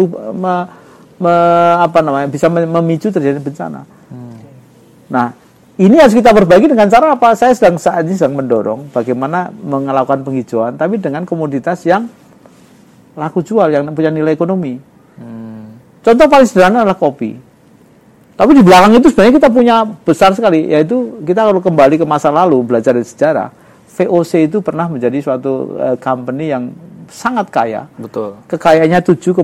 bisa memicu terjadi bencana. Nah, ini harus kita perbaiki dengan cara apa? Saya saat ini sedang mendorong bagaimana melakukan penghijauan, tapi dengan komoditas yang laku jual, yang punya nilai ekonomi. Contoh paling sederhana adalah kopi. Tapi di belakang itu sebenarnya kita punya besar sekali, yaitu kita kalau kembali ke masa lalu, belajar dari sejarah, VOC itu pernah menjadi suatu company yang sangat kaya. Betul. Kekayaannya 7,9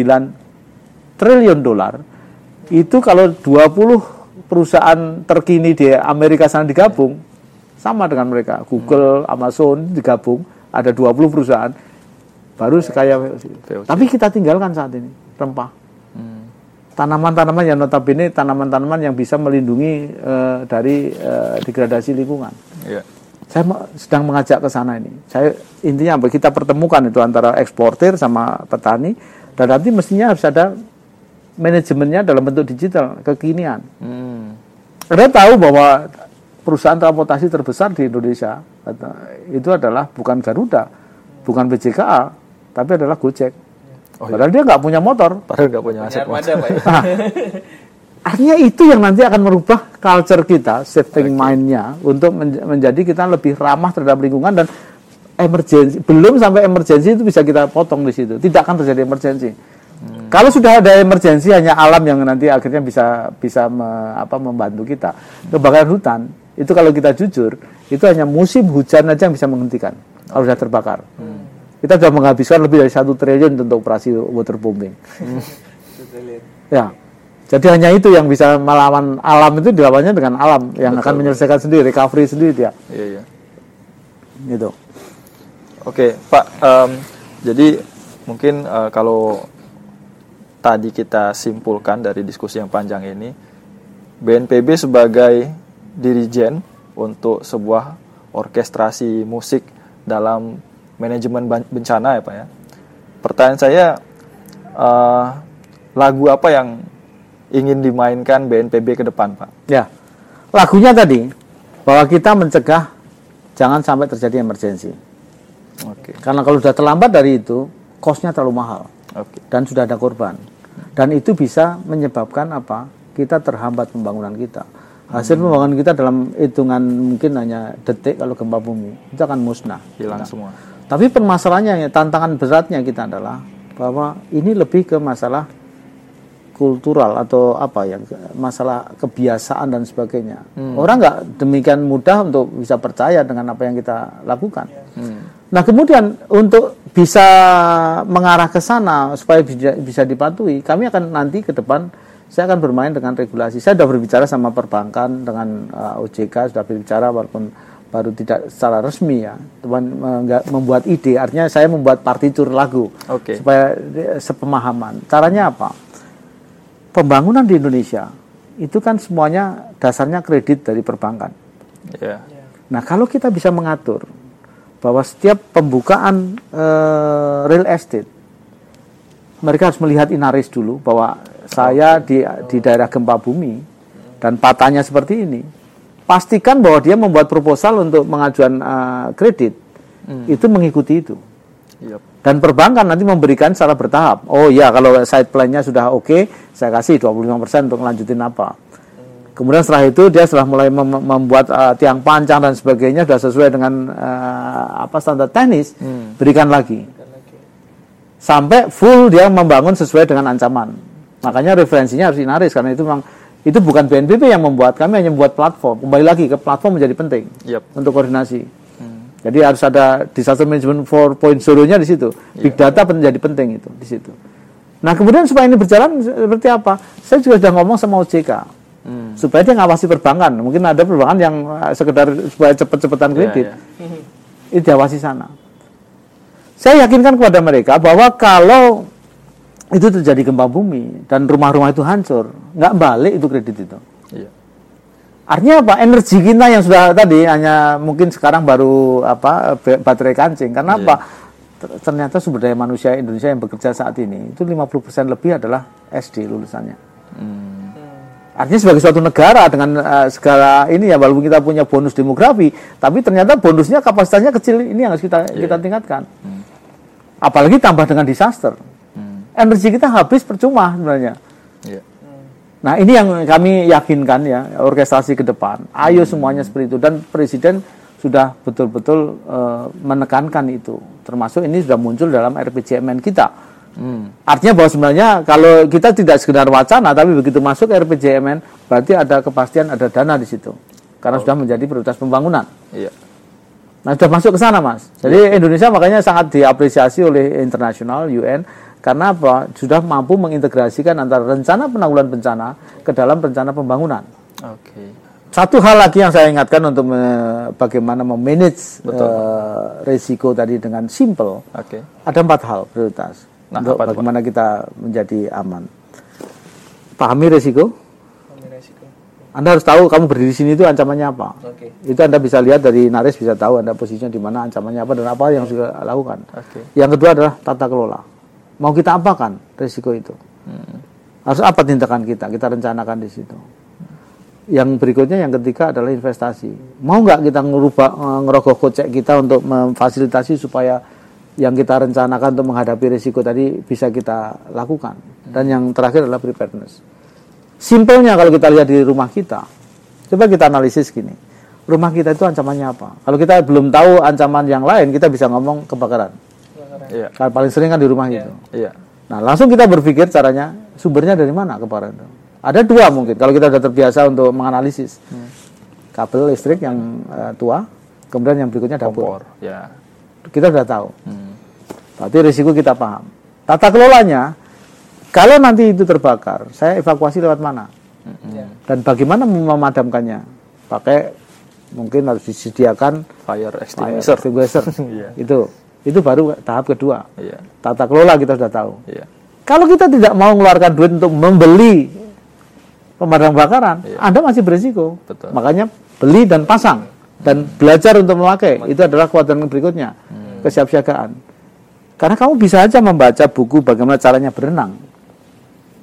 triliun dolar. Itu kalau 20 perusahaan terkini di Amerika sana digabung, sama dengan mereka. Google, Amazon digabung, ada 20 perusahaan, baru sekaya VOC. Tapi kita tinggalkan saat ini, rempah. Tanaman-tanaman yang notabene tanaman-tanaman yang bisa melindungi dari degradasi lingkungan. Saya sedang mengajak ke sana ini. Intinya kita pertemukan itu antara eksportir sama petani, dan nanti mestinya harus ada manajemennya dalam bentuk digital, kekinian. Anda tahu bahwa perusahaan transportasi terbesar di Indonesia itu adalah bukan Garuda, bukan BJKA, tapi adalah Gojek. Padahal dia nggak punya motor. Padahal nggak punya aset motor. Artinya itu yang nanti akan merubah culture kita, saving mind-nya, untuk menjadi kita lebih ramah terhadap lingkungan dan emergency. Belum sampai emergency itu bisa kita potong di situ. Tidak akan terjadi emergency. Kalau sudah ada emergency, hanya alam yang nanti akhirnya bisa membantu kita. Kebakaran hutan itu kalau kita jujur, itu hanya musim hujan aja yang bisa menghentikan kalau sudah terbakar. Kita sudah menghabiskan lebih dari 1 triliun untuk operasi waterbombing. Ya, jadi hanya itu yang bisa melawan alam, itu dilawannya dengan alam yang akan menyelesaikan sendiri, recovery sendiri dia. Iya. Gitu. Oke, Pak. Jadi mungkin kalau tadi kita simpulkan dari diskusi yang panjang ini, BNPB sebagai dirijen untuk sebuah orkestrasi musik dalam manajemen bencana ya Pak ya. Pertanyaan saya, lagu apa yang ingin dimainkan BNPB ke depan, Pak? Ya, lagunya tadi bahwa kita mencegah jangan sampai terjadi emergensi. Oke. Karena kalau sudah terlambat dari itu, cost-nya terlalu mahal. Oke. Dan sudah ada korban. Dan itu bisa menyebabkan apa? Kita terhambat pembangunan kita. Hasil pembangunan kita dalam hitungan mungkin hanya detik kalau gempa bumi, itu akan musnah. Hilang semua. Tapi permasalahannya, tantangan beratnya kita adalah bahwa ini lebih ke masalah kultural atau apa ya, masalah kebiasaan dan sebagainya. Orang nggak demikian mudah untuk bisa percaya dengan apa yang kita lakukan. Nah kemudian untuk bisa mengarah ke sana supaya bisa dipatuhi, kami akan nanti ke depan saya akan bermain dengan regulasi. Saya sudah berbicara sama perbankan dengan OJK, sudah berbicara walaupun baru tidak secara resmi ya, teman membuat ide. Artinya saya membuat partitur lagu supaya sepemahaman. Caranya apa? Pembangunan di Indonesia itu kan semuanya dasarnya kredit dari perbankan. Nah kalau kita bisa mengatur bahwa setiap pembukaan real estate mereka harus melihat inaris dulu bahwa saya di daerah gempa bumi dan patahnya seperti ini, pastikan bahwa dia membuat proposal untuk mengajukan kredit itu mengikuti itu. Dan perbankan nanti memberikan secara bertahap. Oh ya, kalau side plan-nya sudah oke, saya kasih 25% untuk melanjutin apa. Kemudian setelah itu dia setelah mulai membuat tiang pancang dan sebagainya sudah sesuai dengan standar teknis, berikan lagi. Sampai full dia membangun sesuai dengan ancaman. Makanya referensinya harus inaris karena itu memang itu bukan BNPB yang membuat, kami hanya membuat platform. Kembali lagi ke platform menjadi penting untuk koordinasi. Jadi harus ada disaster management 4.0-nya di situ. Big data menjadi penting itu di situ. Nah, kemudian supaya ini berjalan seperti apa? Saya juga sudah ngomong sama OJK. Supaya dia ngawasi perbankan. Mungkin ada perbankan yang sekedar supaya cepet-cepetan kredit. Itu diawasi sana. Saya yakinkan kepada mereka bahwa kalau itu terjadi gempa bumi dan rumah-rumah itu hancur, nggak balik itu kredit itu. Artinya apa? Energi kita yang sudah tadi hanya mungkin sekarang baru baterai kancing. Karena apa? Ternyata sumber daya manusia Indonesia yang bekerja saat ini itu 50% lebih adalah SD lulusannya. Artinya sebagai suatu negara dengan segala ini ya, walaupun kita punya bonus demografi, tapi ternyata bonusnya kapasitasnya kecil, ini yang harus kita tingkatkan. Apalagi tambah dengan disaster. Energi kita habis percuma sebenarnya. Nah ini yang kami yakinkan ya, orkestrasi ke depan. Ayo semuanya seperti itu. Dan Presiden sudah betul-betul menekankan itu. Termasuk ini sudah muncul dalam RPJMN kita. Artinya bahwa sebenarnya kalau kita tidak sekedar wacana, tapi begitu masuk RPJMN, berarti ada kepastian, ada dana di situ. Karena sudah menjadi prioritas pembangunan. Nah sudah masuk ke sana, Mas. Jadi Indonesia makanya sangat diapresiasi oleh internasional, UN, karena apa? Sudah mampu mengintegrasikan antara rencana penanggulangan bencana ke dalam rencana pembangunan. Satu hal lagi yang saya ingatkan untuk bagaimana memanage risiko tadi dengan simple. Ada 4 hal prioritas untuk bagaimana kita menjadi aman. Pahami risiko. Anda harus tahu kamu berdiri di sini itu ancamannya apa. Itu Anda bisa lihat dari naris, bisa tahu Anda posisinya di mana, ancamannya apa dan apa yang sudah lakukan. Yang kedua adalah tata kelola. Mau kita apakan risiko itu? Harus apa tindakan kita rencanakan di situ. Yang berikutnya, yang ketiga adalah investasi. Mau nggak kita ngerogoh kocek kita untuk memfasilitasi supaya yang kita rencanakan untuk menghadapi risiko tadi bisa kita lakukan. Dan yang terakhir adalah preparedness. Simpelnya kalau kita lihat di rumah kita, coba kita analisis gini. Rumah kita itu ancamannya apa? Kalau kita belum tahu ancaman yang lain, kita bisa ngomong kebakaran. Kalau paling sering kan di rumah gitu. Nah, langsung kita berpikir caranya sumbernya dari mana kebakaran itu. Ada 2 mungkin kalau kita sudah terbiasa untuk menganalisis. Kabel listrik yang tua, kemudian yang berikutnya dapur. Kita sudah tahu. Berarti risiko kita paham. Tata kelolanya, kalau nanti itu terbakar, saya evakuasi lewat mana? Dan bagaimana memadamkannya? Pakai mungkin harus disediakan fire extinguisher. Itu baru tahap kedua. Tata kelola kita sudah tahu. Kalau kita tidak mau mengeluarkan duit untuk membeli pemadam kebakaran, Anda masih berisiko. Makanya beli dan pasang dan belajar untuk memakai. Itu adalah kekuatan berikutnya, kesiapsiagaan. Karena kamu bisa aja membaca buku bagaimana caranya berenang.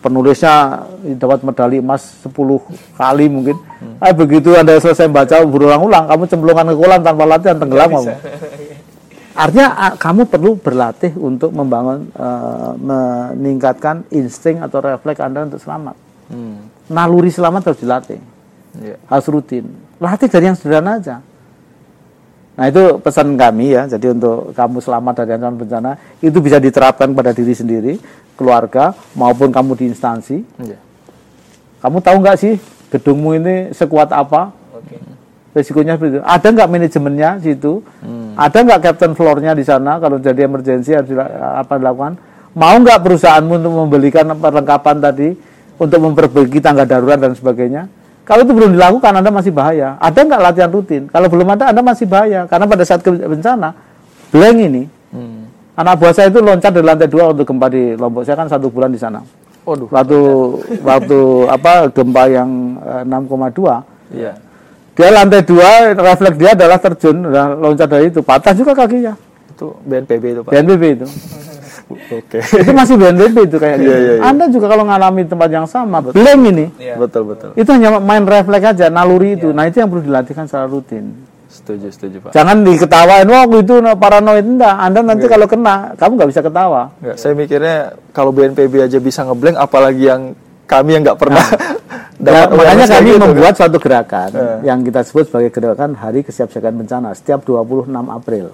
penulisnya dapat medali emas 10 kali mungkin. Begitu Anda selesai baca berulang-ulang, kamu cemplungkan ke kolam tanpa latihan, tenggelam kamu. Artinya kamu perlu berlatih untuk membangun, meningkatkan insting atau refleks Anda untuk selamat. Naluri selamat harus dilatih, harus rutin. Latih dari yang sederhana aja. Nah itu pesan kami ya, jadi untuk kamu selamat dari ancaman bencana, itu bisa diterapkan pada diri sendiri, keluarga, maupun kamu di instansi. Kamu tahu nggak sih, gedungmu ini sekuat apa? Risikonya seperti itu. Ada nggak manajemennya situ? Ada nggak captain floor-nya di sana? Kalau jadi emergency harus apa dilakukan? Mau nggak perusahaanmu untuk membelikan perlengkapan tadi, untuk memperbaiki tangga darurat dan sebagainya? Kalau itu belum dilakukan, Anda masih bahaya. Ada nggak latihan rutin? Kalau belum ada, Anda masih bahaya. Karena pada saat bencana, blank ini, anak buah saya itu loncat dari lantai 2 untuk gempa di Lombok. Saya kan 1 bulan di sana. Waktu apa gempa yang 6,2, dia lantai 2, refleks dia adalah terjun, loncat dari itu, patah juga kakinya. Itu BNPB itu Pak? BNPB itu. Oke. Itu masih BNPB itu kayak gitu. Anda juga kalau ngalami tempat yang sama, blank ini. Betul. Itu hanya main refleks aja, naluri itu. Nah, itu yang perlu dilatihkan secara rutin. Setuju Pak. Jangan diketawain, itu paranoid. Enggak, Anda nanti kalau kena, kamu nggak bisa ketawa. Saya mikirnya kalau BNPB aja bisa ngeblank, apalagi yang kami yang nggak pernah makanya kami membuat suatu gerakan yang kita sebut sebagai gerakan Hari Kesiapsiagaan Bencana setiap 26 April.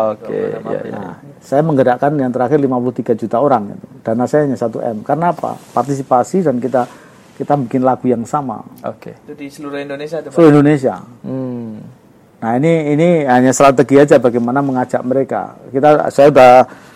Saya menggerakkan yang terakhir 53 juta orang. Dana saya hanya 1 M. Karena apa? Partisipasi dan kita bikin lagu yang sama. Itu di seluruh Indonesia. Seluruh Indonesia. Nah ini hanya strategi aja bagaimana mengajak mereka. Saya udah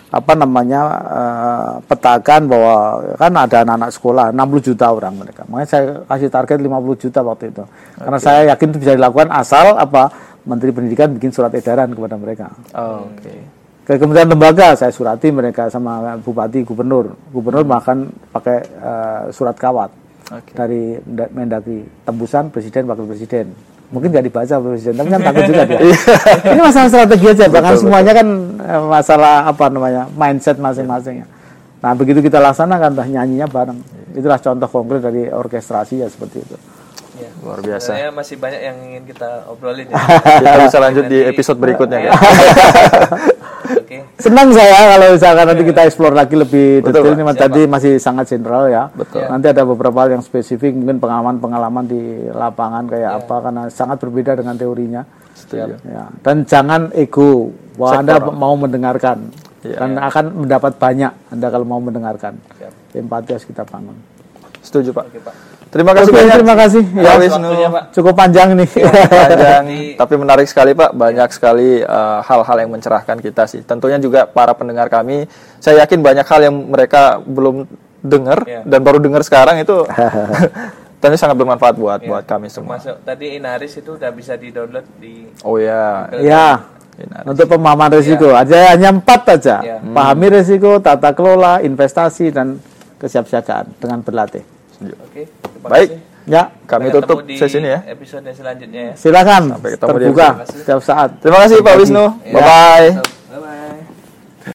petakan bahwa kan ada anak-anak sekolah 60 juta orang mereka. Makanya saya kasih target 50 juta waktu itu. Karena saya yakin itu bisa dilakukan asal Menteri Pendidikan bikin surat edaran kepada mereka. Ke kementerian lembaga saya surati mereka sama bupati, gubernur bahkan pakai surat kawat dari Mendagri, tembusan presiden wakil presiden. Mungkin nggak dibaca presiden, tapi kan takut juga dia. Ini masalah strategi aja, bahkan semuanya kan masalah mindset masing-masing. Nah begitu kita laksanakan, nyanyinya bareng. Itulah contoh konkret dari orkestrasi ya seperti itu. Luar biasa. Sebenarnya masih banyak yang ingin kita obrolin. Kita bisa lanjut di episode berikutnya. Senang saya kalau misalkan nanti kita explore lagi lebih detail. Ini tadi masih sangat general ya. Nanti ada beberapa hal yang spesifik, mungkin pengalaman-pengalaman di lapangan kayak apa, karena sangat berbeda dengan teorinya. Dan jangan ego bahwa Anda mau mendengarkan, dan akan mendapat banyak Anda kalau mau mendengarkan. Empati harus kita bangun. Setuju Pak. Terima kasih banyak. Terima kasih. Ya, Wisnu. Cukup panjang nih. Panjang, tapi menarik sekali Pak. Banyak sekali hal-hal yang mencerahkan kita sih. Tentunya juga para pendengar kami. Saya yakin banyak hal yang mereka belum dengar dan baru dengar sekarang itu tentu sangat bermanfaat buat kami semua. Termasuk tadi Inaris itu udah bisa di-download di. Untuk pemahaman risiko aja hanya 4 aja. Pahami risiko, tata kelola, investasi dan kesiapsiagaan dengan berlatih. Baik. Ya, kami tutup sesi ini ya. Episode selanjutnya ya. Silakan. Sampai ketemu terbuka setiap saat. Terima kasih Pak Wisnu. Bye bye.